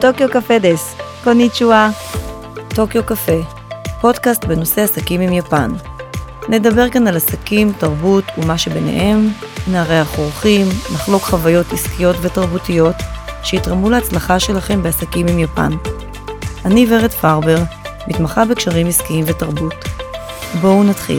טוקיו קפה דס, קוניצ'ואה. טוקיו קפה, פודקאסט בנושא עסקים עם יפן. נדבר כאן על עסקים, תרבות ומה שביניהם, נארח אורחים, נחלוק חוויות עסקיות ותרבותיות שיתרמו להצלחה שלכם בעסקים עם יפן. אני ורד פרבר, מתמחה בקשרים עסקיים ותרבות. בואו נתחיל.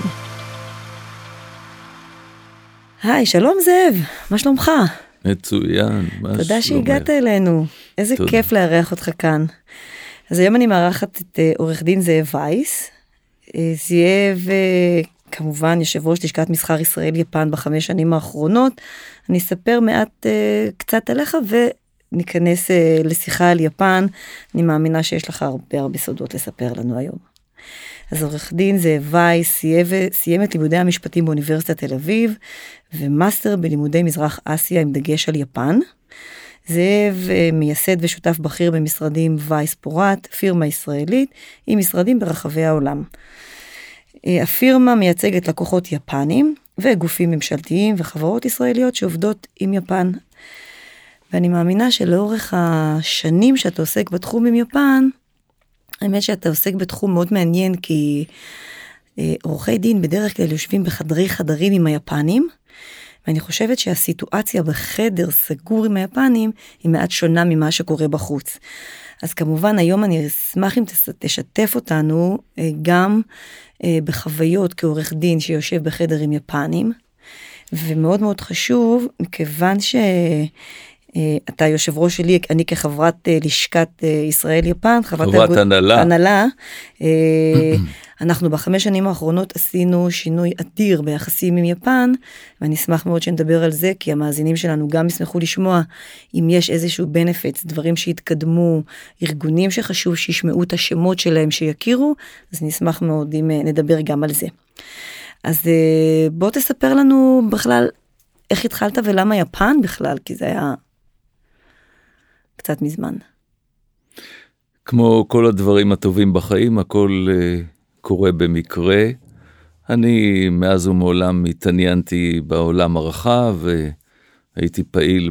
היי, שלום זאב, מה שלומך? מצוין, תודה שהגעת אלינו, איזה כיף לארח אותך כאן. אז היום אני מארחת את עורך דין זאב וייס. זאב כמובן יושב ראש לשכת מסחר ישראל יפן ב5 שנים האחרונות. אני אספר מעט קצת עליך וניכנס לשיחה על יפן. אני מאמינה שיש לך הרבה סודות לספר לנו היום. אז עורך דין זאב וייס סיים את לימודי המשפטים באוניברסיטת תל אביב, ומאסטר בלימודי מזרח אסיה עם דגש על יפן. זאב מייסד ושותף בכיר במשרדים וייס פורט, פירמה ישראלית עם משרדים ברחבי העולם. הפירמה מייצגת לקוחות יפנים וגופים ממשלתיים וחברות ישראליות שעובדות עם יפן. ואני מאמינה שלאורך השנים שאתה עוסק בתחום עם יפן, האמת שאתה עוסק בתחום מאוד מעניין, כי עורכי דין בדרך כלל יושבים בחדרי חדרים עם היפנים, ואני חושבת שהסיטואציה בחדר סגור עם היפנים היא מעט שונה ממה שקורה בחוץ. אז כמובן היום אני אשמח אם תשתף אותנו גם בחוויות כעורך דין שיושב בחדר עם יפנים, ומאוד מאוד חשוב, מכיוון אתה יושב ראש שלי, אני כחברת לשכת ישראל יפן, חברת הנהלה. אנחנו ב5 שנים האחרונות עשינו שינוי אדיר ביחסים עם יפן, ואני אשמח מאוד שנדבר על זה, כי המאזינים שלנו גם ישמחו לשמוע אם יש איזשהו בנפיץ, דברים שהתקדמו, ארגונים שחשוב שישמעו את השמות שלהם שיכירו, אז נשמח מאוד אם נדבר גם על זה. אז בוא תספר לנו בכלל איך התחלת ולמה יפן בכלל, כי זה היה קצת מזמן. כמו כל הדברים הטובים בחיים, הכל קורה במקרה. אני מאז ומעולם התעניינתי בעולם הרחב, והייתי פעיל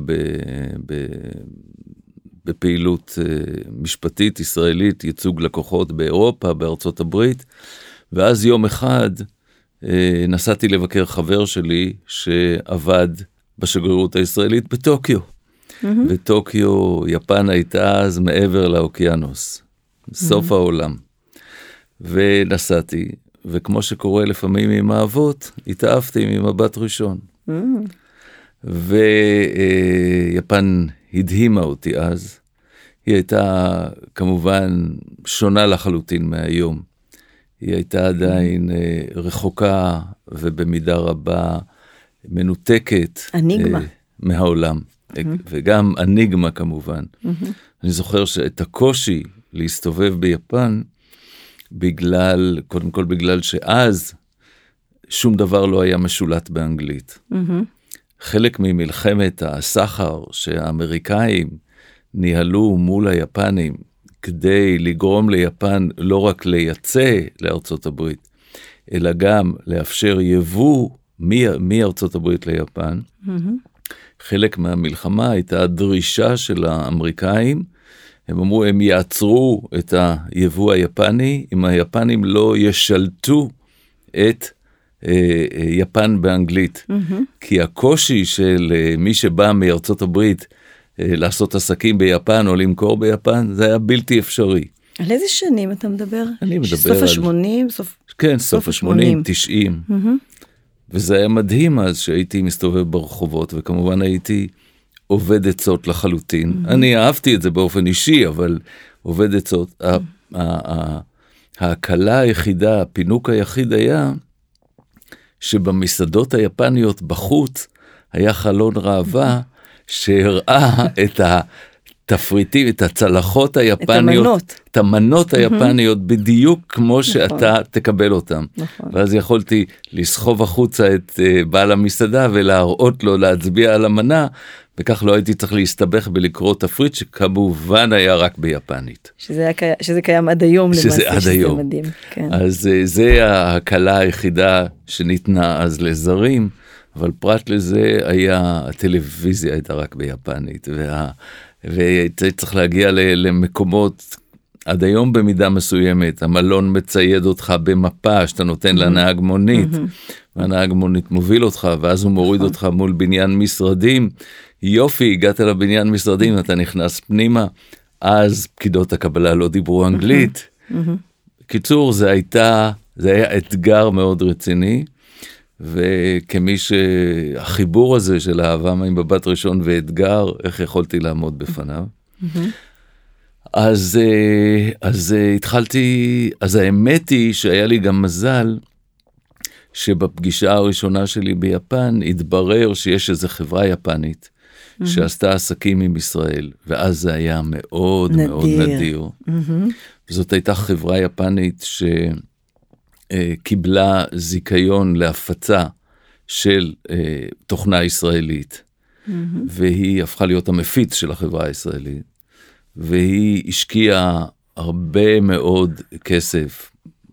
בפעילות משפטית ישראלית, ייצוג לקוחות באירופה, בארצות הברית, ואז יום אחד נסעתי לבקר חבר שלי שעבד בשגרירות הישראלית בטוקיו. וטוקיו, יפן הייתה אז מעבר לאוקיינוס, סוף העולם. ונסעתי, וכמו שקורה לפעמים עם האבות, התאהבתי ממבט ראשון. ויפן הדהימה אותי אז. היא הייתה כמובן שונה לחלוטין מהיום. היא הייתה עדיין רחוקה ובמידה רבה מנותקת מהעולם. וגם אניגמה כמובן. אני זוכר שאת הקושי להסתובב ביפן, קודם כל בגלל שאז שום דבר לא היה משולט באנגלית. חלק ממלחמת הסחר שהאמריקאים ניהלו מול היפנים, כדי לגרום ליפן לא רק לייצא לארצות הברית, אלא גם לאפשר יבוא מארצות הברית ליפן, חלק מהמלחמה הייתה הדרישה של האמריקאים, הם אמרו, הם יעצרו את היבוא היפני, אם היפנים לא ישלטו את יפן באנגלית. כי הקושי של מי שבא מארצות הברית לעשות עסקים ביפן או למכור ביפן, זה היה בלתי אפשרי. על איזה שנים אתה מדבר? אני מדבר סוף ה-80? כן, סוף ה-80, 90. וזה היה מדהים אז שהייתי מסתובב ברחובות, וכמובן הייתי עובד עצות לחלוטין. אני אהבתי את זה באופן אישי, אבל עובד עצות. ההקלה היחידה, הפינוק היחיד היה, שבמסעדות היפניות בחוץ, היה חלון ראווה, שהראה את התפריטים, את הצלחות היפניות, את המנות היפניות, בדיוק כמו שאתה תקבל אותם. ואז יכולתי לסחוב החוצה את בעל המסעדה, ולהראות לו להצביע על המנה, וכך לא הייתי צריך להסתבך בלקרוא תפריט, שכמובן היה רק ביפנית. שזה קיים עד היום למעשה. שזה עד היום. מדהים, כן. אז זה ההקלה היחידה שניתנה אז לזרים, אבל פרט לזה הטלוויזיה הייתה רק ביפנית, וצריך להגיע למקומות, עד היום במידה מסוימת, המלון מצייד אותך במפה שאתה נותן לנהג מונית, והנהג מונית מוביל אותך, ואז הוא מוריד אותך מול בניין משרדים, יופי, הגעת לבניין משרדים, אתה נכנס פנימה, אז פקידות הקבלה לא דיברו אנגלית. קיצור, זה היה אתגר מאוד רציני, וכמי שהחיבור הזה של אהבה מבט ראשון ואתגר, איך יכולתי לעמוד בפניו. אז התחלתי, אז האמת היא שהיה לי גם מזל, שבפגישה הראשונה שלי ביפן, התברר שיש איזו חברה יפנית, שעשתה עסקים עם ישראל, ואז זה היה מאוד מאוד נדיר. זאת הייתה חברה יפנית שקיבלה זיכיון להפצה של תוכנה ישראלית, והיא הפכה להיות המפיץ של החברה הישראלית, והיא השקיעה הרבה מאוד כסף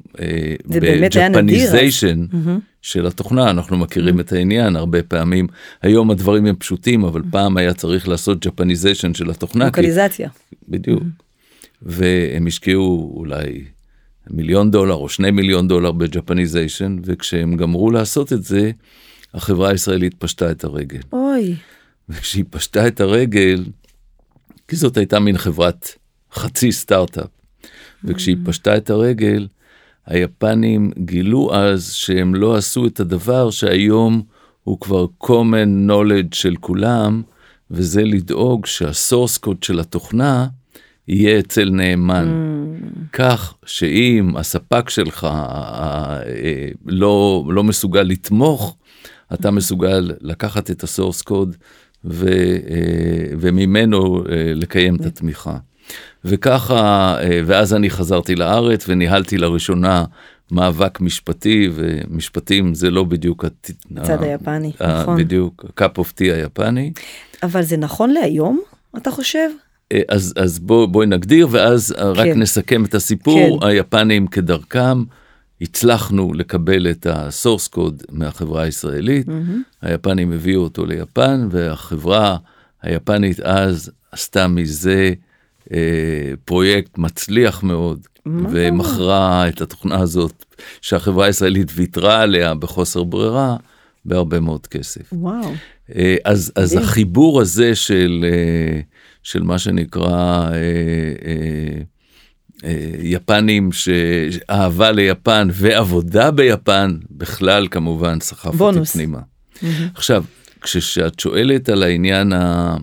בג'פניזיישן של התוכנה. אנחנו מכירים את העניין הרבה פעמים, היום הדברים הם פשוטים, אבל פעם היה צריך לעשות ג'פניזיישן של התוכנה. לוקליזציה. בדיוק. והם השקיעו אולי $1 מיליון או $2 מיליון בג'פניזיישן, וכשהם גמרו לעשות את זה, החברה הישראלית פשטה את הרגל. אוי. וכשהיא פשטה את הרגל, כי זאת הייתה מין חברת חצי סטארט-אפ, וכשהיא פשטה את הרגל, היפנים גילו אז שהם לא עשו את הדבר שהיום הוא כבר common knowledge של כולם, וזה לדאוג שהסורס קוד של התוכנה יהיה אצל נאמן. כך שאם הספק שלך לא מסוגל לתמוך, אתה מסוגל לקחת את הסורס קוד וממנו לקיים את התמיכה. וככה, ואז אני חזרתי לארץ וניהלתי לראשונה מאבק משפטי, ומשפטים זה לא בדיוק הצד היפני, נכון. בדיוק, cup of tea היפני. אבל זה נכון להיום, אתה חושב? אז בואי נגדיר, ואז רק נסכם את הסיפור. היפנים כדרכם, הצלחנו לקבל את הסורס קוד מהחברה הישראלית, היפנים הביאו אותו ליפן, והחברה היפנית אז עשתה מזה פרויקט מצליח מאוד, ומכרה את התוכנה הזאת, שהחברה הישראלית ויתרה עליה בחוסר ברירה, בהרבה מאוד כסף. וואו. אז החיבור הזה של מה שנקרא יפנים, שאהבה ליפן ועבודה ביפן, בכלל כמובן סחף אותי פנימה. עכשיו, כשאת שואלת על העניין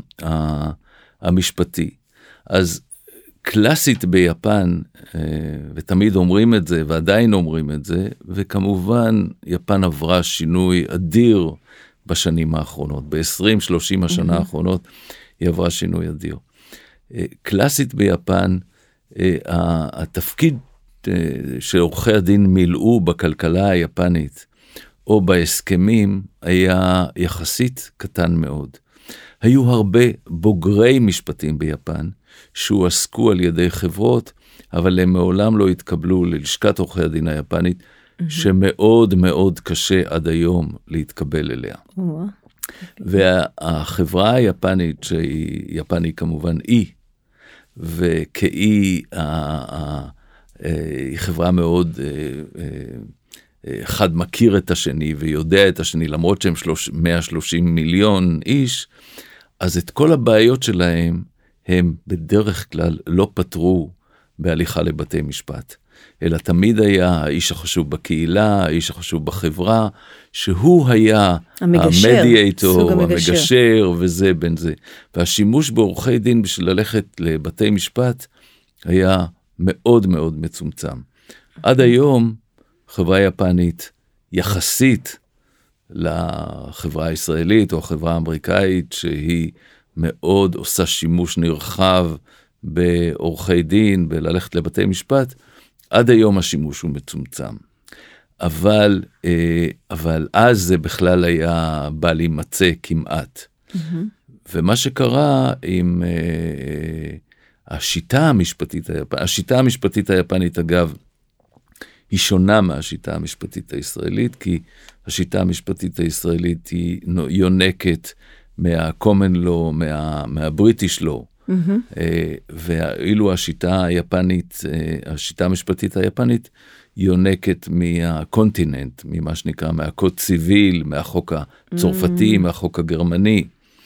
המשפטי, אז קלאסית ביפן, ותמיד אומרים את זה, ועדיין אומרים את זה, וכמובן יפן עברה שינוי אדיר בשנים האחרונות, ב-20-30 השנה האחרונות, היא עברה שינוי אדיר. קלאסית ביפן, התפקיד שעורכי הדין מילאו בכלכלה היפנית, או בהסכמים, היה יחסית קטן מאוד. היו הרבה בוגרי משפטים ביפן, שהועסקו על ידי חברות, אבל הם מעולם לא התקבלו ללשכת עורכי הדין היפנית, שמאוד מאוד קשה עד היום להתקבל אליה. והחברה היפנית, שהיא יפני כמובן אי, וכאי היא חברה מאוד, אחד מכיר את השני ויודע את השני, למרות שהם 130 מיליון איש, אז את כל הבעיות שלהם, הם בדרך כלל לא פתרו בהליכה לבתי משפט, אלא תמיד היה האיש החשוב בקהילה, האיש החשוב בחברה, שהוא היה המדיאטור, המגשר, וזה בין זה. והשימוש בעורכי דין בשביל ללכת לבתי משפט, היה מאוד מאוד מצומצם. עד היום, חברה יפנית, יחסית לחברה הישראלית, או החברה האמריקאית, שהיא מאוד עושה שימוש נרחב בעורכי דין, בללכת לבתי משפט, עד היום השימוש הוא מצומצם. אבל אז זה בכלל היה בא להימצא כמעט. ומה שקרה עם השיטה המשפטית היפנית, אגב, היא שונה מהשיטה המשפטית הישראלית, כי השיטה המשפטית הישראלית היא יונקת מה-common law, מה-British law, ואילו השיטה היפנית, השיטה המשפטית היפנית, יונקת מהקונטיננט, ממה שנקרא, מהקוד סיביל, מהחוק הצרפתי, מהחוק הגרמני,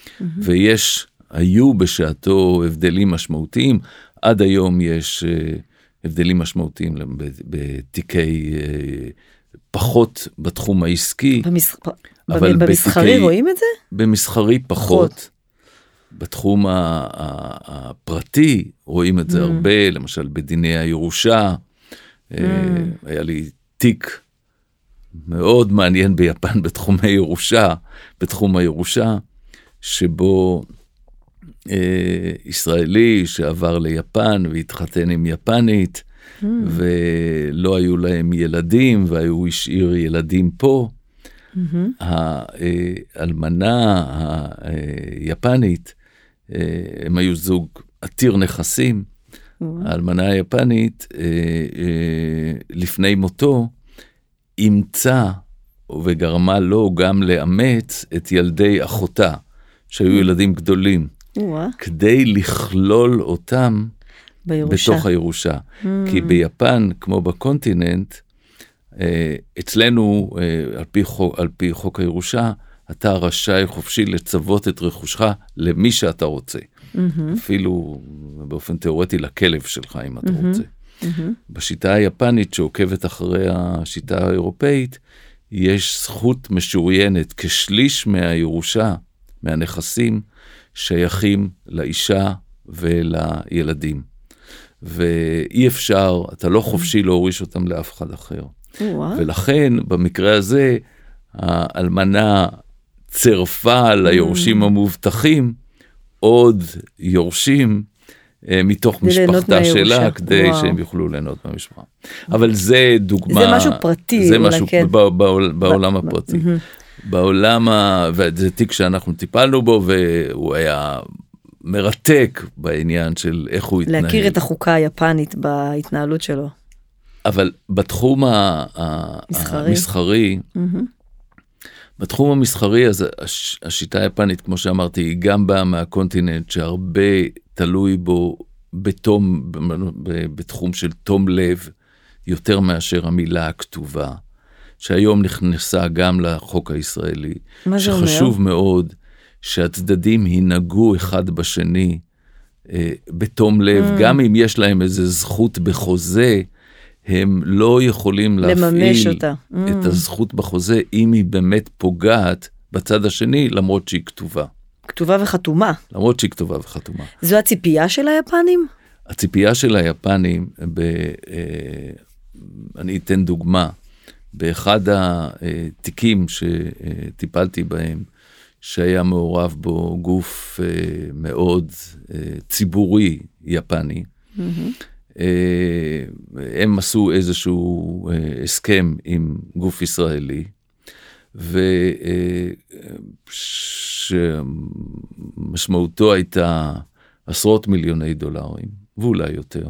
היו בשעתו הבדלים משמעותיים, עד היום יש הבדלים משמעותיים בתיקי, פחות בתחום העסקי, אבל במסחרי רואים את זה? במסחרי פחות. בתחום הפרטי רואים את זה הרבה, למשל בדיני הירושה, היה לי תיק מאוד מעניין ביפן בתחום הירושה, שבו ישראלי שעבר ליפן והתחתן עם יפנית, ולא היו להם ילדים, והוא השאיר ילדים פה. האלמנה היפנית, הם היו זוג עתיר נכסים, האלמנה היפנית, לפני מותו, אימצה וגרמה לו גם לאמץ את ילדי אחותה, שהיו ילדים גדולים, כדי לכלול אותם בתוך הירושה. כי ביפן, כמו בקונטיננט, אצלנו, על פי חוק הירושה, אתה רשאי חופשי לצוות את רכושך למי שאתה רוצה. אפילו באופן תיאורטי לכלב שלך, אם אתה רוצה. בשיטה היפנית שעוקבת אחרי השיטה האירופאית, יש זכות משוריינת כשליש מהירושה, מהנכסים, שייכים לאישה ולילדים. ואי אפשר, אתה לא חופשי להוריש אותם לאף אחד אחר. ולכן, במקרה הזה, האלמנה צרפה ליורשים המובטחים, עוד יורשים מתוך משפחתה שלה, כדי שהם יוכלו ליהנות מהמשפחה. אבל זה דוגמה... זה משהו פרטי. זה משהו בעולם הפרטי. בעולם, וזה תיק שאנחנו טיפלנו בו, והוא היה מרתק בעניין של איך הוא התנהל. להכיר את החוקה היפנית בהתנהלות שלו. אבל בתחום המסחרי, בתחום המסחרי, אז השיטה היפנית, כמו שאמרתי, היא גם באה מהקונטיננט, שהרבה תלוי בו בתחום של תום לב, יותר מאשר המילה הכתובה, שהיום נכנסה גם לחוק הישראלי, שחשוב מאוד שהצדדים ינהגו אחד בשני בתום לב, גם אם יש להם איזו זכות בחוזה, הם לא יכולים להפעיל את הזכות בחוזה, אם היא באמת פוגעת בצד השני, למרות שהיא כתובה. כתובה וחתומה. למרות שהיא כתובה וחתומה. זו הציפייה של היפנים? הציפייה של היפנים, אני אתן דוגמה, באחד התיקים שטיפלתי בהם, שהיה מעורב בו גוף מאוד ציבורי יפני, הם עשו איזשהו הסכם עם גוף ישראלי, ושמשמעותו הייתה עשרות מיליוני דולרים, ואולי יותר,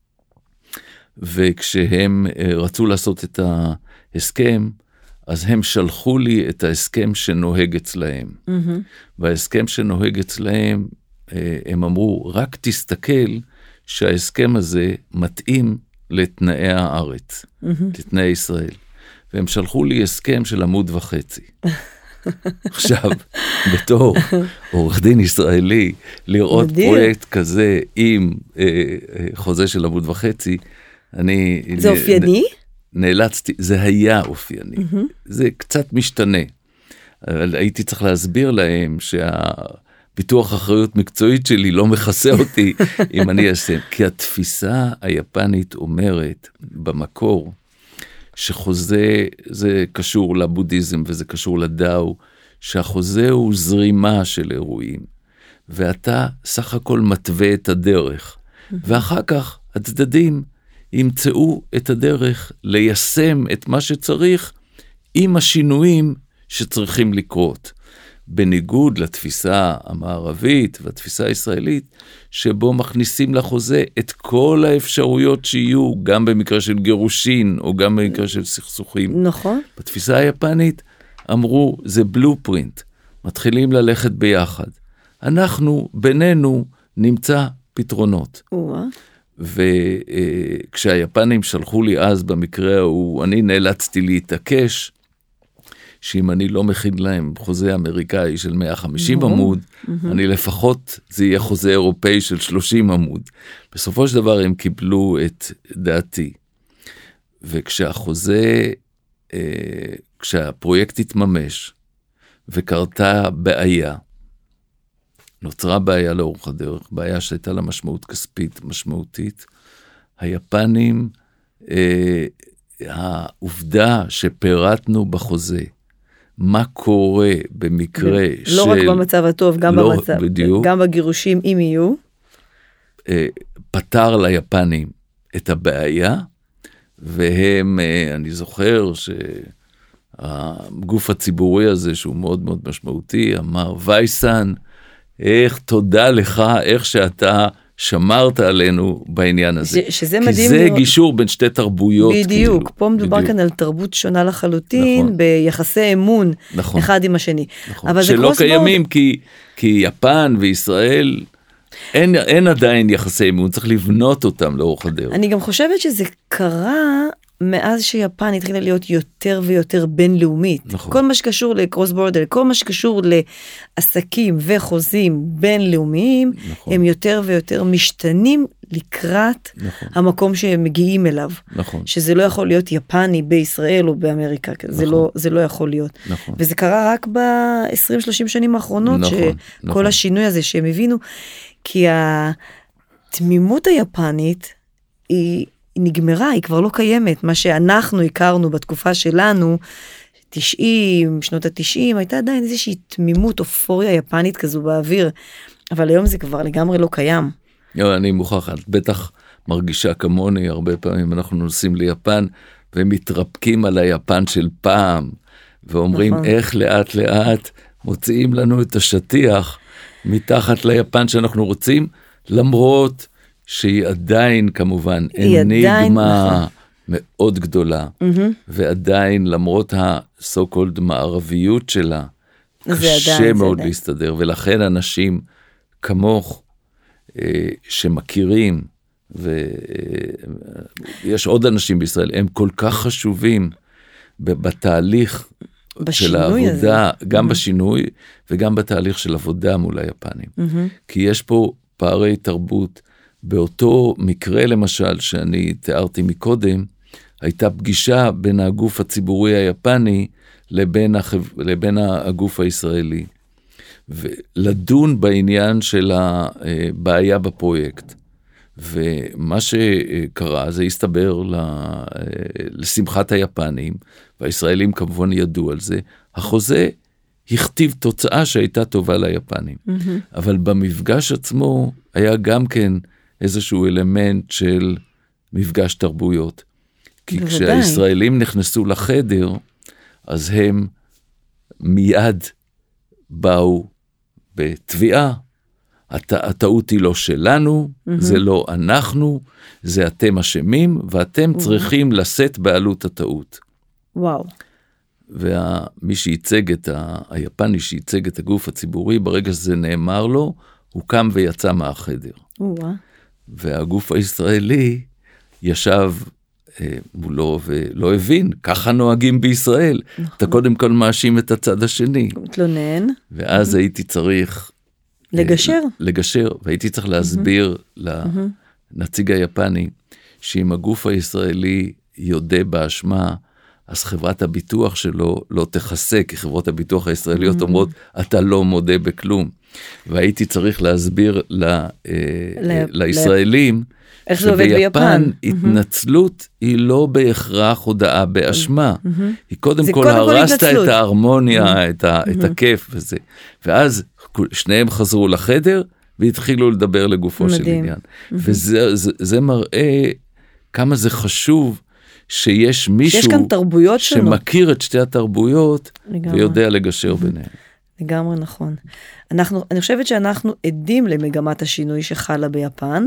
וכשהם רצו לעשות את ההסכם, אז הם שלחו לי את ההסכם שנוהג אצלהם. וההסכם שנוהג אצלהם, הם אמרו, רק תסתכל שההסכם הזה מתאים לתנאי הארץ, לתנאי ישראל. והם שלחו לי הסכם של 1.5 עמוד. עכשיו, בתור עורך דין ישראלי, לראות פרויקט כזה עם חוזה של 1.5 עמוד, זה אופייני? נאלצתי, זה היה אופייני. זה קצת משתנה. אבל הייתי צריך להסביר להם ביטוח אחריות מקצועית שלי לא מכסה אותי אם אני אעשה. כי התפיסה היפנית אומרת במקור, שחוזה זה קשור לבודהיזם וזה קשור לדאו, שהחוזה הוא זרימה של אירועים, ואתה סך הכל מתווה את הדרך, ואחר כך הצדדים ימצאו את הדרך ליישם את מה שצריך עם השינויים שצריכים לקרות. בניגוד לתפיסה המערבית והתפיסה הישראלית, שבו מכניסים לחוזה את כל האפשרויות שיהיו, גם במקרה של גירושין, או גם במקרה של סכסוכים. נכון. בתפיסה היפנית אמרו, זה בלופרינט, מתחילים ללכת ביחד. אנחנו בינינו נמצא פתרונות. וכשהיפנים שלחו לי אז במקרה ההוא, אני נאלצתי להתעקש, שאם אני לא מכין להם חוזה אמריקאי של 150 עמוד, אני לפחות, זה יהיה חוזה אירופאי של 30 עמוד. בסופו של דבר הם קיבלו את דעתי. וכשהחוזה, כשהפרויקט התממש, וקרתה בעיה, נוצרה בעיה לאורך הדרך, בעיה שהייתה לה משמעות כספית משמעותית, היפנים, העובדה שפירטנו בחוזה, מה קורה במקרה של... לא רק במצב הטוב, גם במצב, גם בגירושים, אם יהיו. פתר ליפנים את הבעיה, והם, אני זוכר שהגוף הציבורי הזה, שהוא מאוד מאוד משמעותי, אמר, וייסן, איך תודה לך, איך שאתה שמרת עלינו בעניין הזה. שזה כי מדהים. זה גישור בין שתי תרבויות. בדיוק, כאילו, פה מדובר כאן על תרבות שונה לחלוטין, נכון. ביחסי אמון, נכון. אחד עם השני. נכון. אבל שלא קיימים, כי יפן וישראל, אין עדיין יחסי אמון, צריך לבנות אותם לאורך הדרך. אני גם חושבת שזה קרה מאז שיפן התחילה להיות יותר ויותר בינלאומית. נכון. כל מה שקשור לקרוס בורדר, כל מה שקשור לעסקים וחוזים בינלאומיים, נכון. הם יותר ויותר משתנים לקראת נכון. המקום שהם מגיעים אליו. נכון. שזה לא יכול להיות יפני בישראל או באמריקה. נכון. זה לא יכול להיות. נכון. וזה קרה רק ב-20-30 שנים האחרונות, נכון. שכל נכון. השינוי הזה שהם הבינו, כי התמימות היפנית היא נגמרה, היא כבר לא קיימת. מה שאנחנו הכרנו בתקופה שלנו, 90, שנות ה-90, הייתה עדיין איזושהי תמימות, אופוריה יפנית כזו באוויר, אבל היום זה כבר לגמרי לא קיים. אני מוכרח, את בטח מרגישה כמוני, הרבה פעמים אנחנו נוסעים ליפן, ומתרפקים על היפן של פעם, ואומרים נכון. איך לאט לאט מוציאים לנו את השטיח, מתחת ליפן שאנחנו רוצים, למרות שהיא עדיין כמובן אניגמה מאוד גדולה, ועדיין למרות ה-so called מערביות שלה, קשה מאוד להסתדר, ולכן אנשים כמוך שמכירים, ויש עוד אנשים בישראל, הם כל כך חשובים בתהליך של העבודה, גם בשינוי וגם בתהליך של עבודה מול היפנים. כי יש פה פערי תרבות, באותו מקרה למשל שאני תיארתי מקודם, הייתה פגישה בין הגוף הציבורי היפני לבין הגוף הישראלי, ולדון בעניין של הבעיה בפרויקט. ומה שקרה, זה הסתבר לשמחת היפנים, והישראלים כמובן ידעו על זה, החוזה הכתיב תוצאה שהייתה טובה ליפנים. אבל במפגש עצמו היה גם כן איזשהו אלמנט של מפגש תרבויות. כי כשהישראלים נכנסו לחדר, אז הם מיד באו בתביעה. הטעות היא לא שלנו, זה לא אנחנו, זה אתם אשמים, ואתם צריכים לשאת בעלות הטעות. וואו. ומי שייצג היפני שייצג את הגוף הציבורי, ברגע שזה נאמר לו, הוא קם ויצא מהחדר. והגוף הישראלי ישב מולו ולא הבין, ככה נוהגים בישראל. אתה קודם כל מאשים את הצד השני. מתלונן. ואז הייתי צריך לגשר, והייתי צריך להסביר לנציג היפני, שאם הגוף הישראלי יודע באשמה, אז חברת הביטוח שלו לא תחסה, כי חברות הביטוח הישראליות אומרות, אתה לא מודה בכלום. והייתי צריך להסביר לישראלים, שביפן התנצלות היא לא בהכרח הודעה באשמה. היא קודם כל הרסת את ההרמוניה, את הכיף וזה. ואז שניהם חזרו לחדר, והתחילו לדבר לגופו של עניין. וזה מראה כמה זה חושב, שיש מישהו שמכיר את שתי התרבויות, ויודע לגשר ביניהם. לגמרי נכון. אני חושבת שאנחנו עדים למגמת השינוי שחלה ביפן,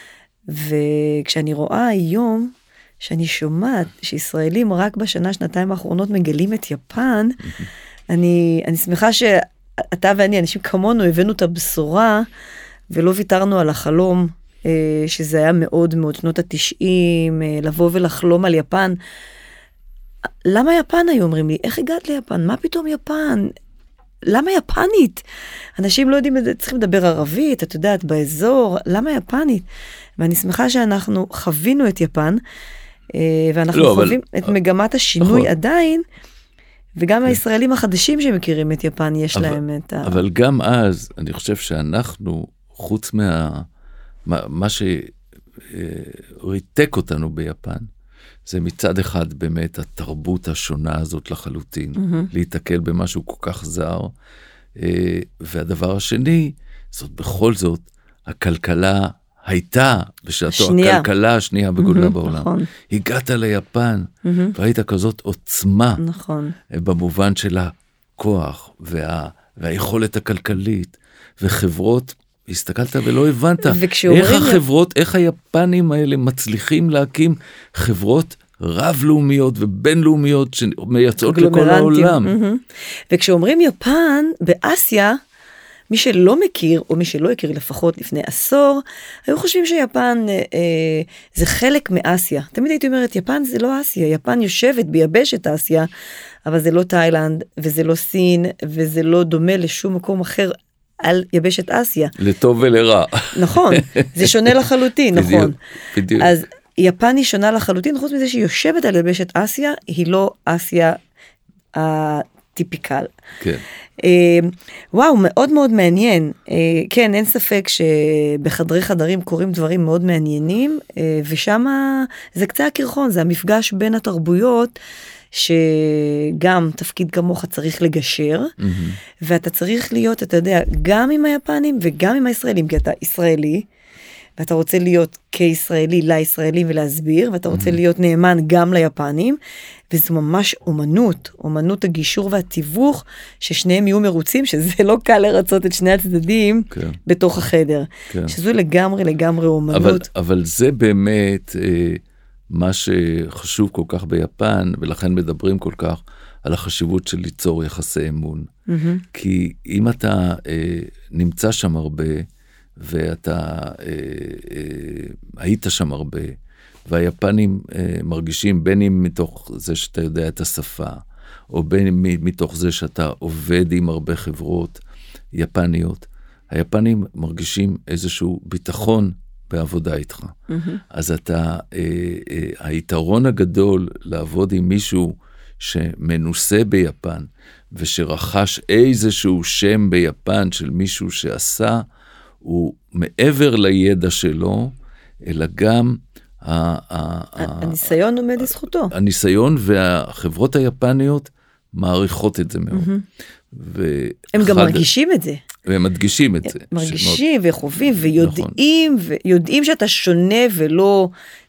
וכשאני רואה היום, שאני שומעת שישראלים רק בשנה, שנתיים האחרונות מגלים את יפן, אני שמחה שאתה ואני, אנשים כמונו, הבאנו את הבשורה, ולא ויתרנו על החלום, שזה היה מאוד מאוד שנות ה-90, לבוא ולחלום על יפן. למה יפן היו אומרים לי? איך הגעת ליפן? מה פתאום יפן? למה יפנית? אנשים לא יודעים, צריכים לדבר ערבית, את יודעת, באזור, למה יפנית? ואני שמחה שאנחנו חווינו את יפן, ואנחנו חווים את מגמת השינוי עדיין, וגם הישראלים החדשים שמכירים את יפן, יש להם את ה... אבל גם אז, אני חושב שאנחנו, חוץ מה שריתק אותנו ביפן, זה מצד אחד באמת התרבות השונה הזאת לחלוטין, להתקל במשהו כל כך זר, והדבר השני, זאת בכל זאת, הכלכלה הייתה בשעתו, הכלכלה השנייה בגודלה בעולם. נכון. הגעת ליפן, והיית כזאת עוצמה, נכון. במובן של הכוח, והיכולת הכלכלית, וחברות, הסתכלת ולא הבנת, איך החברות, איך היפנים האלה מצליחים להקים חברות רב-לאומיות ובינלאומיות שמייצאות לכל העולם. וכשאומרים יפן, באסיה, מי שלא מכיר, או מי שלא הכיר לפחות לפני עשור, היו חושבים שיפן זה חלק מאסיה. תמיד הייתי אומרת, יפן זה לא אסיה, יפן יושבת ביבשת אסיה, אבל זה לא תאילנד, וזה לא סין, וזה לא דומה לשום מקום אחר, על יבשת אסיה. לטוב ולרע. נכון, זה שונה לחלוטין, נכון. בדיוק. אז יפן היא שונה לחלוטין, חוץ מזה שהיא יושבת על יבשת אסיה, היא לא אסיה הטיפיקל. כן. וואו, מאוד מאוד מעניין. כן, אין ספק שבחדרי חדרים קורים דברים מאוד מעניינים, ושם זה קצה הקרחון, זה המפגש בין התרבויות, שגם תפקיד כמוך צריך לגשר, ואתה צריך להיות, אתה יודע, גם עם היפנים וגם עם הישראלים, כי אתה ישראלי, ואתה רוצה להיות כישראלי לישראלים ולהסביר, ואתה רוצה להיות נאמן גם ליפנים, וזו ממש אומנות הגישור והתיווך, ששניהם יהיו מרוצים, שזה לא קל לרצות את שני הצדדים בתוך החדר. שזו לגמרי אומנות. אבל זה באמת מה שחשוב כל כך ביפן, ולכן מדברים כל כך על החשיבות של ליצור יחסי אמון. כי אם אתה נמצא שם הרבה, ואתה היית שם הרבה, והיפנים מרגישים בין אם מתוך זה שאתה יודע את השפה, או בין אם מתוך זה שאתה עובד עם הרבה חברות יפניות, היפנים מרגישים איזשהו ביטחון בעבודה איתך. אז אתה, היתרון הגדול לעבוד עם מישהו שמנוסה ביפן, ושרכש איזשהו שם ביפן של מישהו שעשה, הוא מעבר לידע שלו, אלא גם הניסיון עומד לזכותו. הניסיון והחברות היפניות מעריכות את זה מאוד. הם גם מרגישים את זה. והם מדגישים את זה. מרגישים וחווים ויודעים שאתה שונה ולא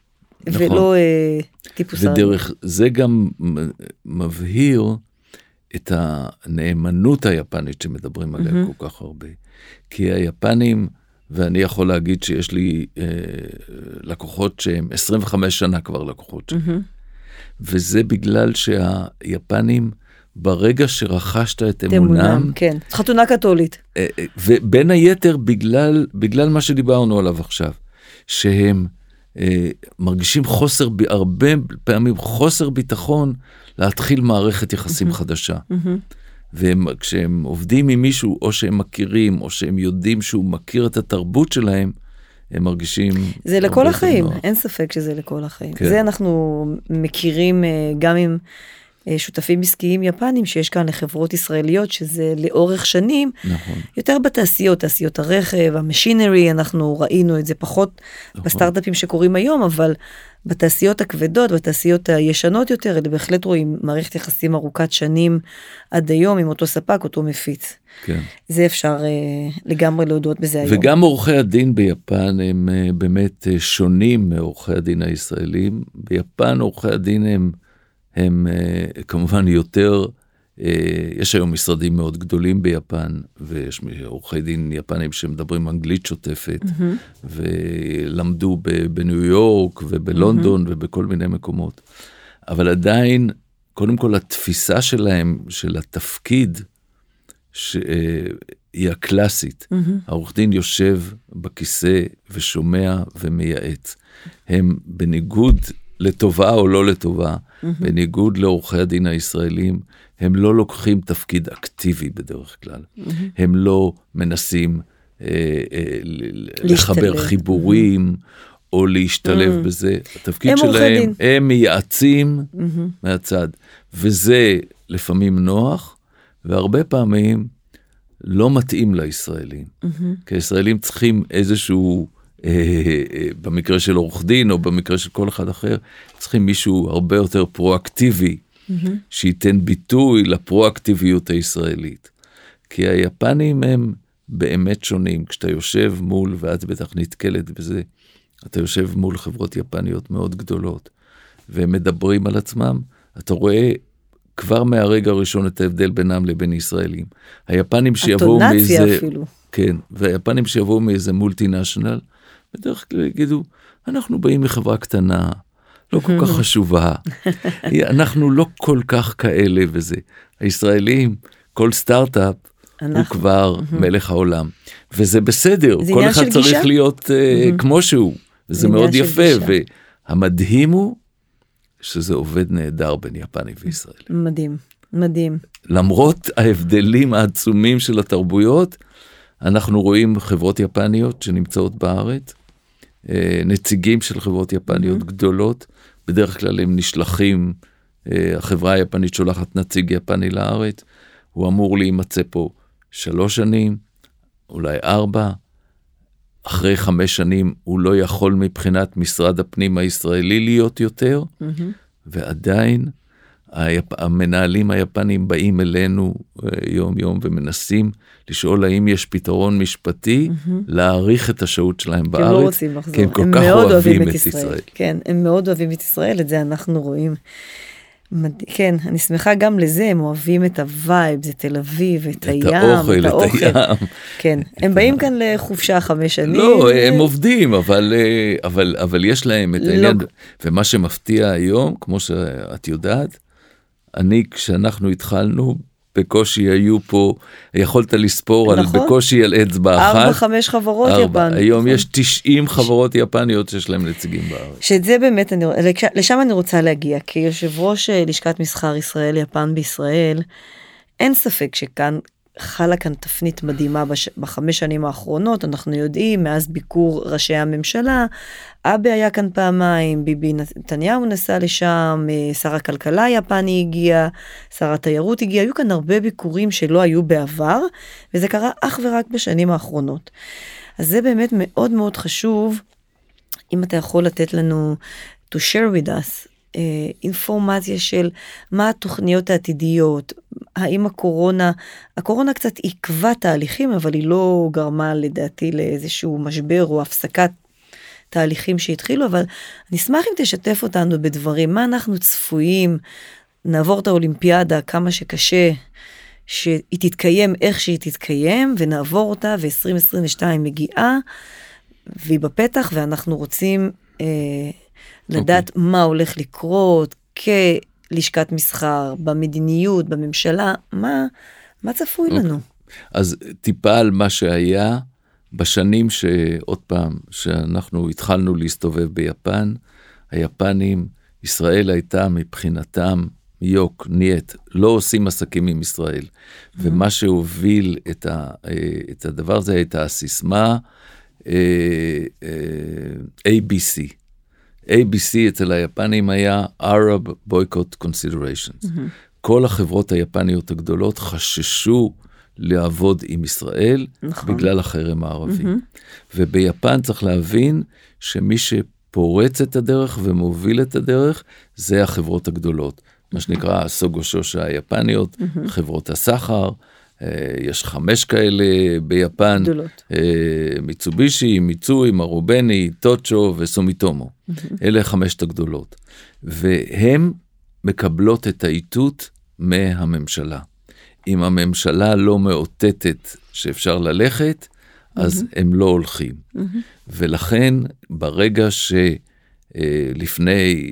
טיפוס. ודרך זה גם מבהיר את הנאמנות היפנית שמדברים עליה כל כך הרבה. כי היפנים, ואני יכול להגיד שיש לי לקוחות שהם 25 שנה כבר לקוחות שלי. וזה בגלל שהיפנים, ברגע שרכשת את אמונם, כן, חתונה קתולית. ובין היתר בגלל מה שדיברנו עליו עכשיו, שהם מרגישים הרבה פעמים חוסר ביטחון להתחיל מערכת יחסים חדשה. וכשהם עובדים עם מישהו, או שהם מכירים, או שהם יודעים שהוא מכיר את התרבות שלהם, הם מרגישים... זה לכל החיים, אין ספק שזה לכל החיים. זה אנחנו מכירים גם עם שותפים עסקיים יפנים, שיש כאן לחברות ישראליות, שזה לאורך שנים, יותר בתעשיות, תעשיות הרכב, המשינרי, אנחנו ראינו את זה פחות בסטארט-אפים שקורים היום, אבל בתעשיות הכבדות, בתעשיות הישנות יותר, אלה בהחלט רואים מערכת יחסים ארוכת שנים עד היום, עם אותו ספק, אותו מפיץ. כן. זה אפשר לגמרי להודות בזה היום. וגם עורכי הדין ביפן הם באמת שונים מעורכי הדין הישראלים. ביפן עורכי הדין הם כמובן יותר, יש היום משרדים מאוד גדולים ביפן, ויש עורכי דין יפנים שמדברים אנגלית שוטפת, ולמדו בניו יורק ובלונדון ובכל מיני מקומות. אבל עדיין, קודם כל התפיסה שלהם, של התפקיד, היא הקלאסית. העורך דין יושב בכיסא ושומע ומייעץ. הם בניגוד לטובה או לא לטובה, בניגוד לעורכי הדין הישראלים, הם לא לוקחים תפקיד אקטיבי בדרך כלל. הם לא מנסים לחבר חיבורים, או להשתלב בזה. התפקיד שלהם, הם מייעצים מהצד. וזה לפעמים נוח, והרבה פעמים לא מתאים לישראלים. כי הישראלים צריכים איזשהו, במקרה של עורך דין, או במקרה של כל אחד אחר, צריכים מישהו הרבה יותר פרואקטיבי, שייתן ביטוי לפרואקטיביות הישראלית. כי היפנים הם באמת שונים. כשאתה יושב מול, ואת בטח נתקלת בזה, אתה יושב מול חברות יפניות מאוד גדולות, והם מדברים על עצמם, אתה רואה כבר מהרגע הראשון את ההבדל בינם לבין ישראלים. היפנים שיבואו מאיזה... אפילו. כן, והיפנים שיבואו מאיזה מולטינשיונל, בדרך כלל יגידו, אנחנו באים מחברה קטנה, לא כל כך חשובה, אנחנו לא כל כך כאלה וזה. הישראלים, כל סטארט-אפ, הוא כבר מלך העולם. וזה בסדר, כל אחד צריך להיות כמו שהוא. וזה מאוד יפה, והמדהים הוא שזה עובד נהדר בין יפני וישראל. מדהים, מדהים. למרות ההבדלים העצומים של התרבויות, אנחנו רואים חברות יפניות שנמצאות בארץ, נציגים של חברות יפניות גדולות, בדרך כלל הם נשלחים, החברה היפנית שולחת נציג יפני לארץ, הוא אמור להימצא פה 3 שנים, אולי 4, אחרי 5 שנים הוא לא יכול מבחינת משרד הפנים הישראלי להיות יותר, ועדיין המנהלים היפנים באים אלינו יום יום ומנסים לשאול האם יש פתרון משפטי להאריך את השהות שלהם בארץ, הם לא רוצים לחזור, כי הם כל כך אוהבים את ישראל. כן, הם מאוד אוהבים את ישראל, את זה אנחנו רואים. כן, אני שמחה גם לזה, הם אוהבים את הווייב, זה תל אביב, את הים, את האוכל. כן, הם באים כאן לחופשה 5 שנים. לא, הם עובדים, אבל יש להם את העניין, ומה שמפתיע היום, כמו שאת יודעת, כשאנחנו התחלנו, בקושי היו פה, יכולת לספור על בקושי על אצבע אחת. 4-5 חברות יפניות. היום יש 90 חברות יפניות שיש להם נציגים בארץ. שזה באמת, לשם אני רוצה להגיע, כי יושב ראש לשכת מסחר ישראל, יפן בישראל, אין ספק שכאן חלה כאן תפנית מדהימה ב5 שנים האחרונות, אנחנו יודעים, מאז ביקור ראשי הממשלה, אבא היה כאן פעמיים, ביבי נתניהו נסע לשם, שר הכלכלה היפני הגיע, שר התיירות הגיע, היו כאן הרבה ביקורים שלא היו בעבר, וזה קרה אך ורק בשנים האחרונות. אז זה באמת מאוד מאוד חשוב, אם אתה יכול לתת לנו, to share with us, אינפורמציה של מה התוכניות העתידיות, האם הקורונה קצת עיכבה תהליכים, אבל היא לא גרמה לדעתי לאיזשהו משבר או הפסקת תהליכים שהתחילו, אבל אני אשמח אם תשתף אותנו בדברים, מה אנחנו צפויים, נעבור את האולימפיאדה כמה שקשה, שהיא תתקיים איך שהיא תתקיים, ונעבור אותה, ו-2022 מגיעה, והיא בפתח, ואנחנו רוצים לדעת מה הולך לקרות, כלשכת מסחר, במדיניות, בממשלה, מה צפוי לנו? אז טיפה על מה שהיה, בשנים שעוד פעם, שאנחנו התחלנו להסתובב ביפן, היפנים, ישראל הייתה מבחינתם, מיוק, ניית, לא עושים עסקים עם ישראל. ומה שהוביל את הדבר הזה, הייתה הסיסמה, ABC. ABC אצל היפנים היה Arab Boycott Considerations. כל החברות היפניות הגדולות חששו לעבוד עם ישראל, בגלל החרם הערבי. וביפן צריך להבין שמי שפורץ את הדרך ומוביל את הדרך, זה החברות הגדולות. מה שנקרא סוגו שושה היפניות, חברות הסחר, יש 5 כאלה ביפן, מיצובישי, מיצוי, מרובני, טוצ'ו וסומיטומו. אלה 5 הגדולות. והן מקבלות את האיתות מהממשלה. אם הממשלה לא מאותתת שאפשר ללכת, אז הם לא הולכים. ולכן ברגע שלפני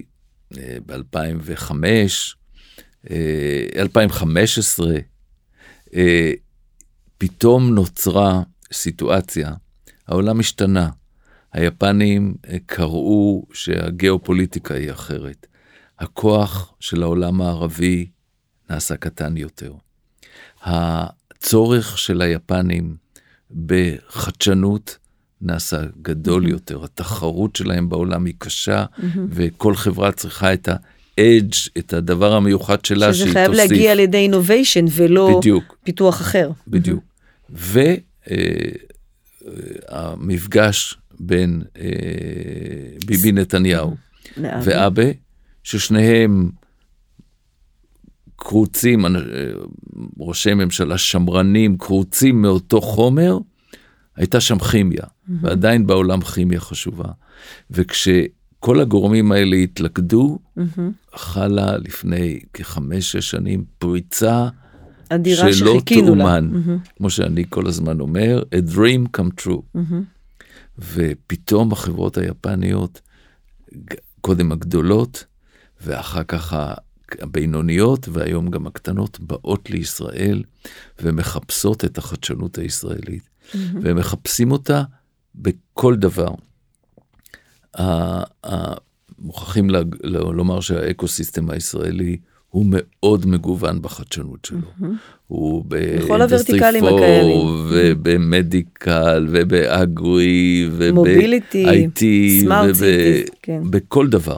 ב-2015, פתאום נוצרה סיטואציה, העולם השתנה, היפנים קראו שהגיאופוליטיקה היא אחרת, הכוח של העולם הערבי נעשה קטן יותר, הצורך של היפנים בחדשנות נעשה גדול יותר, התחרות שלהם בעולם היא קשה, וכל חברה צריכה את האדג', את הדבר המיוחד שלה שהיא תוסיף. שזה חייב להגיע על ידי innovation ולא בדיוק, פיתוח אחר. בדיוק. והמפגש בין ביבי נתניהו ואבא, ששניהם קרוצים, ראשי ממשלה שמרנים, קרוצים מאותו חומר, הייתה שם כימיה, ועדיין בעולם כימיה חשובה. וכשכל הגורמים האלה התלכדו, חלה לפני כ5-6 שנים פריצה שלא תאומן, כמו שאני כל הזמן אומר, a dream come true. ופתאום החברות היפניות, קודם הגדולות, ואחר כך הבינוניות, והיום גם הקטנות, באות לישראל, ומחפשות את החדשנות הישראלית. והם מחפשים אותה בכל דבר. מוכרחים לומר שהאקוסיסטם הישראלי הוא מאוד מגוון בחדשנות שלו. הוא באינדסטרי 4 ובמדיקל ובאגרי וב-IT ובכל דבר.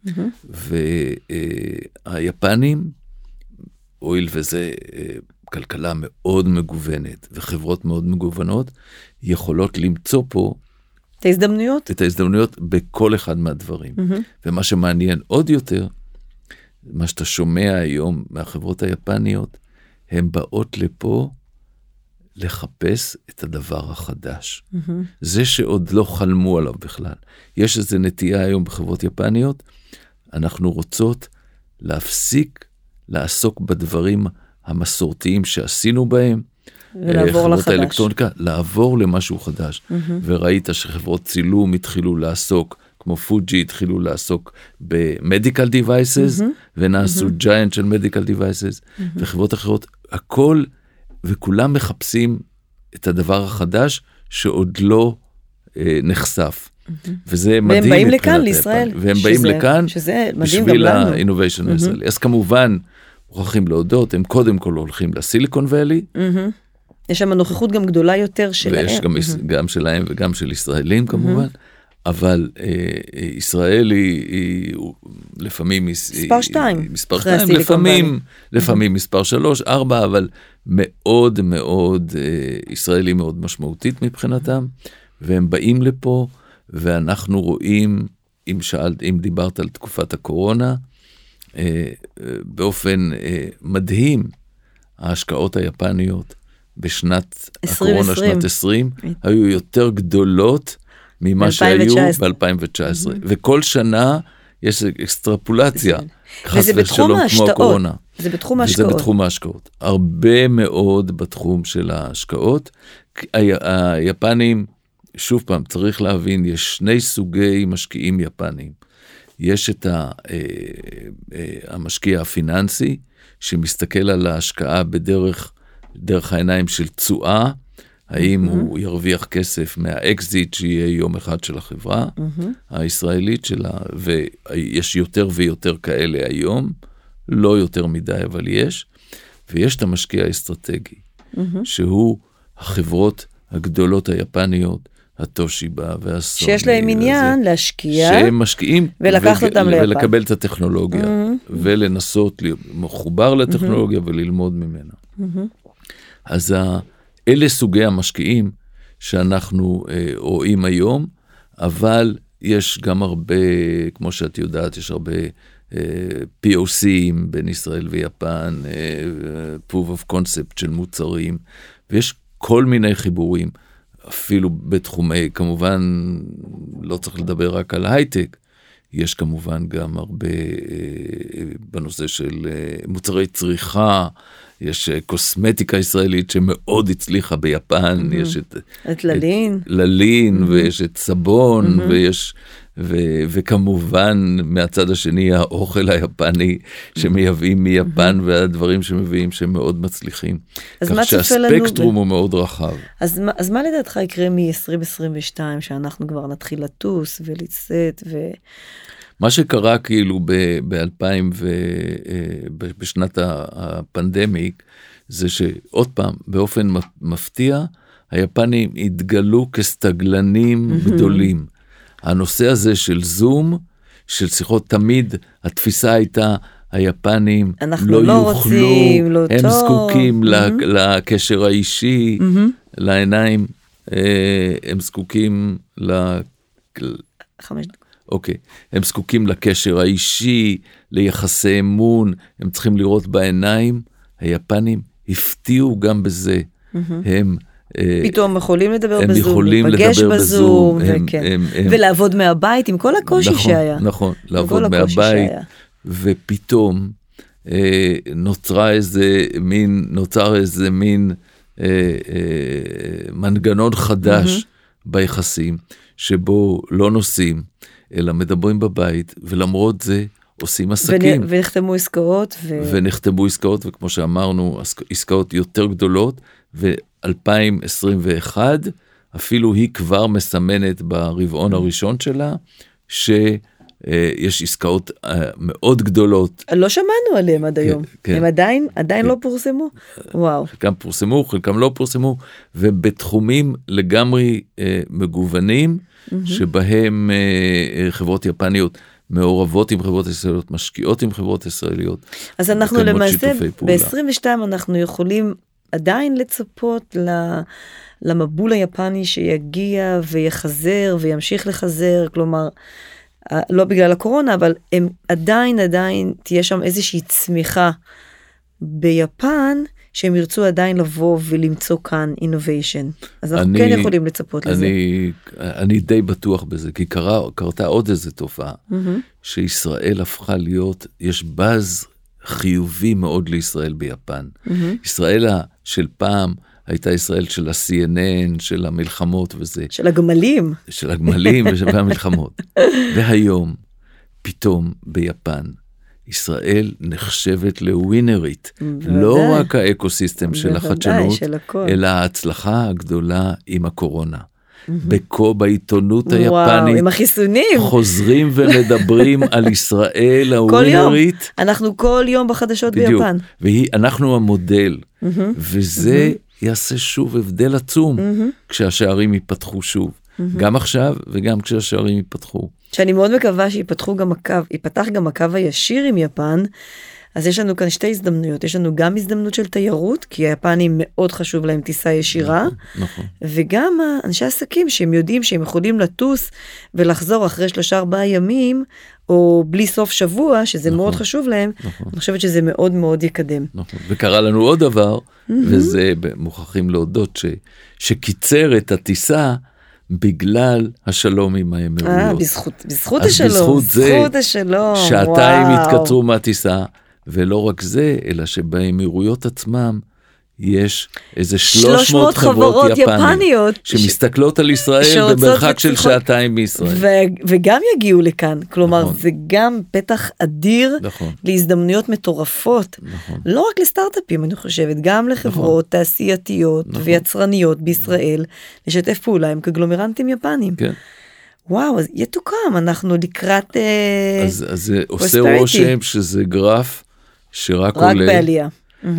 והיפנים, הואיל וזה כלכלה מאוד מגוונת וחברות מאוד מגוונות, יכולות למצוא פה את ההזדמנויות בכל אחד מהדברים. ומה שמעניין עוד יותר, מה שאתה שומע היום מהחברות היפניות, הן באות לפה לחפש את הדבר החדש. זה שעוד לא חלמו עליו בכלל. יש איזו נטייה היום בחברות יפניות, אנחנו רוצות להפסיק לעסוק בדברים המסורתיים שעשינו בהם, ולעבור לחדש. האלקטרוניקה, לעבור למשהו חדש. וראית שחברות צילום התחילו לעסוק, כמו פוג'י התחילו לעסוק במדיקל דיווייסס, ונעשו ג'יינט של מדיקל דיווייסס, וחברות אחרות, הכל, וכולם מחפשים את הדבר החדש, שעוד לא נחשף. וזה מדהים. והם באים לכאן, לישראל. והם באים לכאן, בשביל ה-innovation הישראלי. אז כמובן, מוכרחים להודות, הם קודם כל הולכים לסיליקון ואלי. יש שם נוכחות גם גדולה יותר שלהם. ויש גם שלהם וגם של ישראלים כמובן. אבל ישראל היא לפעמים מספר 2. מספר 2, לפעמים מספר 3, 4, אבל מאוד מאוד, ישראל היא מאוד משמעותית מבחינתם, והם באים לפה, ואנחנו רואים, אם דיברת על תקופת הקורונה, באופן מדהים, ההשקעות היפניות בשנת הקורונה, שנת 20, היו יותר גדולות ממה שהיו ב-2019. וכל שנה יש אקסטרפולציה, חס ושלום כמו הקורונה. זה בתחום ההשקעות. וזה בתחום ההשקעות. הרבה מאוד בתחום של ההשקעות. היפנים, שוב פעם, צריך להבין, יש שני סוגי משקיעים יפנים. יש את המשקיע הפיננסי, שמסתכל על ההשקעה דרך העיניים של תשואה, האם הוא ירוויח כסף מהאקזיט שיהיה יום אחד של החברה הישראלית שלה, ויש יותר ויותר כאלה היום, לא יותר מדי אבל יש, ויש את המשקיע האסטרטגי, שהוא החברות הגדולות היפניות, הטושיבה והסוני. שיש להם עניין להשקיע, שהם משקיעים ולקחת אותם ליפן. ולקבל את הטכנולוגיה, ולנסות מחובר לטכנולוגיה וללמוד ממנה. אז אלה סוגי המשקיעים שאנחנו רואים היום, אבל יש גם הרבה, כמו שאת יודעת, יש הרבה POC'ים בין ישראל ויפן, proof of concept של מוצרים, ויש כל מיני חיבורים, אפילו בתחומי, כמובן לא צריך לדבר רק על הייטק, יש כמובן גם הרבה בנושא של מוצרי צריכה, יש קוסמטיקה ישראלית שמאוד הצליחה ביפן, יש את ללין, ויש את סבון, ויש וכמובן מהצד השני האוכל היפני שמייבאים מיפן והדברים שמביאים שהם מאוד מצליחים. כך שהספקטרום הוא מאוד רחב. אז מה לדעתך יקרה מ-2022 שאנחנו כבר נתחיל לטוס ולצאת מה שקרה כאילו בשנת הפנדמיק, זה שעוד פעם, באופן מפתיע, היפנים התגלו כסטגלנים גדולים. הנושא הזה של זום, של שיחות תמיד, התפיסה הייתה, היפנים לא יוכלו, הם זקוקים לקשר האישי, לעיניים, הם זקוקים אוקיי, הם זקוקים לקשר האישי, ליחסי אמון, הם צריכים לראות בעיניים, היפנים הפתיעו גם בזה, הם פתאום יכולים לדבר בזום, לפגש בזום, ולעבוד מהבית עם כל הקושי שהיה. נכון, לעבוד מהבית, ופתאום נוצר איזה מין מנגנון חדש ביחסים, שבו לא נוסעים, אלא מדברים בבית, ולמרות זה עושים עסקים. ונחתמו עסקאות. ונחתמו עסקאות, וכמו שאמרנו, עסקאות יותר גדולות, ו-2021, אפילו היא כבר מסמנת ברבעון הראשון שלה, שיש עסקאות מאוד גדולות. לא שמענו עליהם עד היום. הם עדיין לא פורסמו? וואו. חלקם פורסמו, חלקם לא פורסמו, ובתחומים לגמרי מגוונים, שבהם חברות יפניות מעורבות עם חברות ישראליות, משקיעות עם חברות ישראליות. אז אנחנו למעשה, ב-22 אנחנו יכולים עדיין לצפות למבול היפני שיגיע ויחזר וימשיך לחזר, כלומר, לא בגלל הקורונה, אבל הם עדיין תהיה שם איזושהי צמיחה ביפן, שהם ירצו עדיין לבוא ולמצוא כאן innovation. אז אנחנו כן יכולים לצפות לזה. אני די בטוח בזה, כי קרתה עוד איזו תופעה, שישראל הפכה להיות, יש בז חיובי מאוד לישראל ביפן. ישראל של פעם, הייתה ישראל של ה-CNN, של המלחמות וזה. של הגמלים. של הגמלים והמלחמות. והיום, פתאום ביפן, ישראל נחשבת לווינרית. לא רק האקוסיסטם של החדשנות, אלא ההצלחה הגדולה עם הקורונה. בעיתונות היפנית, עם החיסונים. חוזרים ומדברים על ישראל הווינרית. אנחנו כל יום בחדשות ביפן. ואנחנו המודל. וזה יעשה שוב הבדל עצום, כשהשערים ייפתחו שוב. גם עכשיו וגם כשהשערים ייפתחו. שאני מאוד מקווה ייפתח גם הקו הישיר עם יפן, אז יש לנו כאן שתי הזדמנויות. יש לנו גם הזדמנות של תיירות, כי היפנים מאוד חשוב להם טיסה ישירה, וגם אנשי עסקים שהם יודעים שהם יכולים לטוס ולחזור אחרי 3-4 ימים, או בלי סוף שבוע, שזה מאוד חשוב להם, אני חושבת שזה מאוד מאוד יקדם. וקרה לנו עוד דבר, וזה מוכרחים להודות שקיצר את הטיסה, בגלל השלום עם האמירויות. בזכות השלום. בזכות השלום. שעתיים התקצרו מהטיסה, ולא רק זה, אלא שבאמירויות עצמם, יש איזה 300 חברות יפניות, שמסתכלות על ישראל במרחק של שעתיים מישראל. וגם יגיעו לכאן, כלומר זה גם פתח אדיר להזדמנויות מטורפות, לא רק לסטארט-אפים אני חושבת, גם לחברות תעשייתיות ויצרניות בישראל, לשתף פעולה עם קונגלומרנטים יפנים. וואו, אז יתוקם, אנחנו לקראת אז זה עושה רושם שזה גרף שרק עולה. רק בעלייה.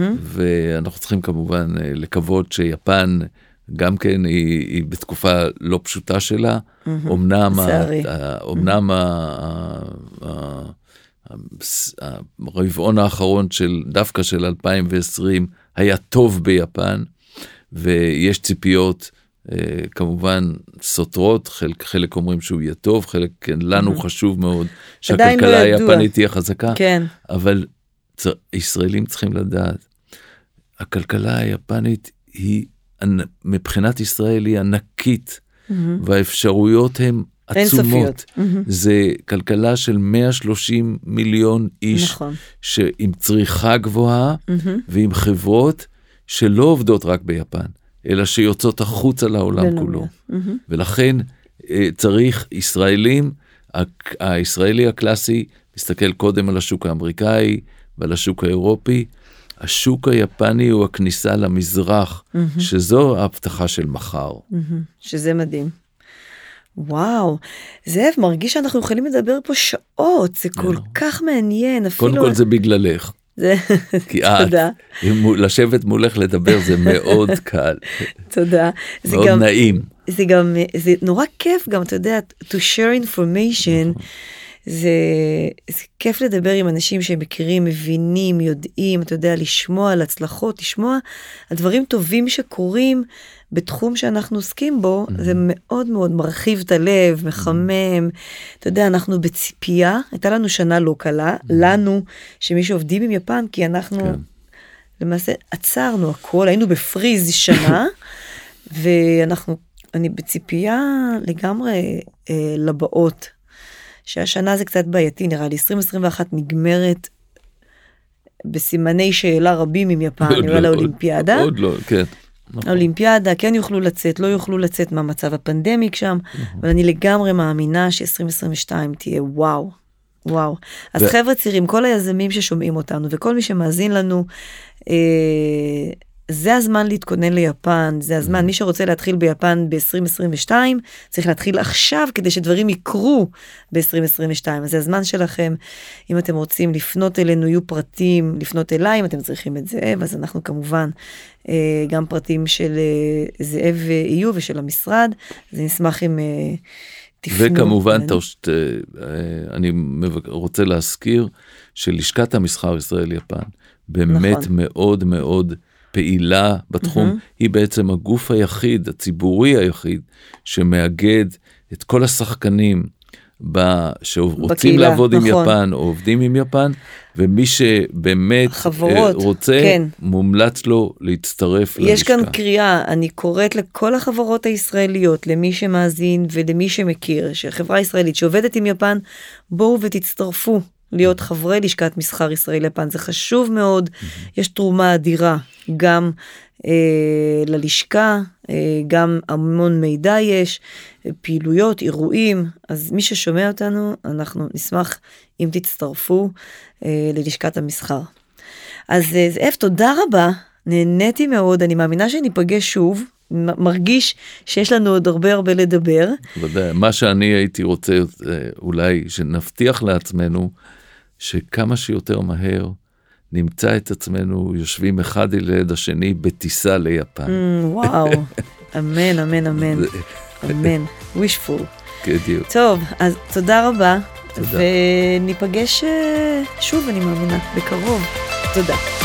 ואנחנו צריכים כמובן לקוות שיפן גם כן היא בתקופה לא פשוטה שלה, אמנם הרבעון האחרון דווקא של 2020 היה טוב ביפן, ויש ציפיות כמובן סותרות, חלק אומרים שהוא יהיה טוב, חלק לנו חשוב מאוד שהכלכלה היפנית תהיה חזקה, אבל ישראלים צריכים לדעת, הכלכלה היפנית היא, מבחינת ישראל היא ענקית, והאפשרויות הן עצומות. זה כלכלה של 130 מיליון איש, עם צריכה גבוהה, ועם חברות שלא עובדות רק ביפן, אלא שיוצאות החוצה לעולם כולו. ולכן צריך ישראלים, הישראלי הקלאסי מסתכל קודם על השוק האמריקאי ועל השוק האירופי, השוק היפני הוא הכניסה למזרח, שזו ההבטחה של מחר. שזה מדהים. וואו, זאב, מרגיש שאנחנו יכולים לדבר פה שעות, זה כל כך מעניין. קודם כל זה בגללך. כי את, לשבת מולך לדבר זה מאוד קל. תודה. מאוד נעים. זה נורא כיף גם, אתה יודע, to share information, זה כיף לדבר עם אנשים שהם מכירים, מבינים, יודעים, אתה יודע, לשמוע על הצלחות, לשמוע על דברים טובים שקורים בתחום שאנחנו עוסקים בו, זה מאוד מאוד מרחיב את הלב, מחמם, אתה יודע, אנחנו בציפייה, הייתה לנו שנה לא קלה, לנו, שמי שעובדים עם יפן, כי אנחנו למעשה עצרנו הכל, היינו בפריז שנה, אני בציפייה לגמרי לבאות, שהשנה זה קצת בעייתי, נראה לי 2021 נגמרת בסימני שאלה רבים עם יפן, נראה לאולימפיאדה. עוד לא, כן. האולימפיאדה, כן יוכלו לצאת, לא יוכלו לצאת מהמצב הפנדמיק שם, אבל אני לגמרי מאמינה ש-2022 תהיה וואו, וואו. אז חבר'ה צעירים, כל היזמים ששומעים אותנו, וכל מי שמאזין לנו, זה הזמן להתכונן ליפן, זה הזמן, מי שרוצה להתחיל ביפן ב-2022, צריך להתחיל עכשיו כדי שדברים יקרו ב-2022, אז זה הזמן שלכם, אם אתם רוצים לפנות אלינו, יהיו פרטים, לפנות אליי, אם אתם צריכים את זאב, אז אנחנו כמובן, גם פרטים של זאב יהיו ושל המשרד, אז נשמח אם תפנו. וכמובן, אני רוצה להזכיר, שלשכת המסחר ישראל יפן, באמת מאוד מאוד פעילה בתחום, היא בעצם הגוף היחיד, הציבורי היחיד, שמאגד את כל השחקנים שרוצים לעבוד עם יפן, או עובדים עם יפן, ומי שבאמת רוצה, מומלץ לו להצטרף ללשכה. יש כאן קריאה, אני קוראת לכל החברות הישראליות, למי שמאזין ולמי שמכיר, שחברה ישראלית שעובדת עם יפן, בואו ותצטרפו. להיות חברי לשכת מסחר ישראל יפן, זה חשוב מאוד, יש תרומה אדירה, גם ללשכה, גם המון מידע יש, פעילויות, אירועים, אז מי ששומע אותנו, אנחנו נשמח אם תצטרפו ללשכת המסחר. אז זאב, תודה רבה, נהניתי מאוד, אני מאמינה שניפגש שוב, מרגיש שיש לנו עוד הרבה לדבר. ודאי, מה שאני הייתי רוצה אולי שנבטיח לעצמנו, שכמה שיותר מהר נמצא את עצמנו יושבים אחד ליד השני בטיסה ליפן. וואו, אמן, אמן, אמן, אמן, wishful. בדיוק. טוב, אז תודה רבה, וניפגש שוב, אני מאמינה, בקרוב. תודה.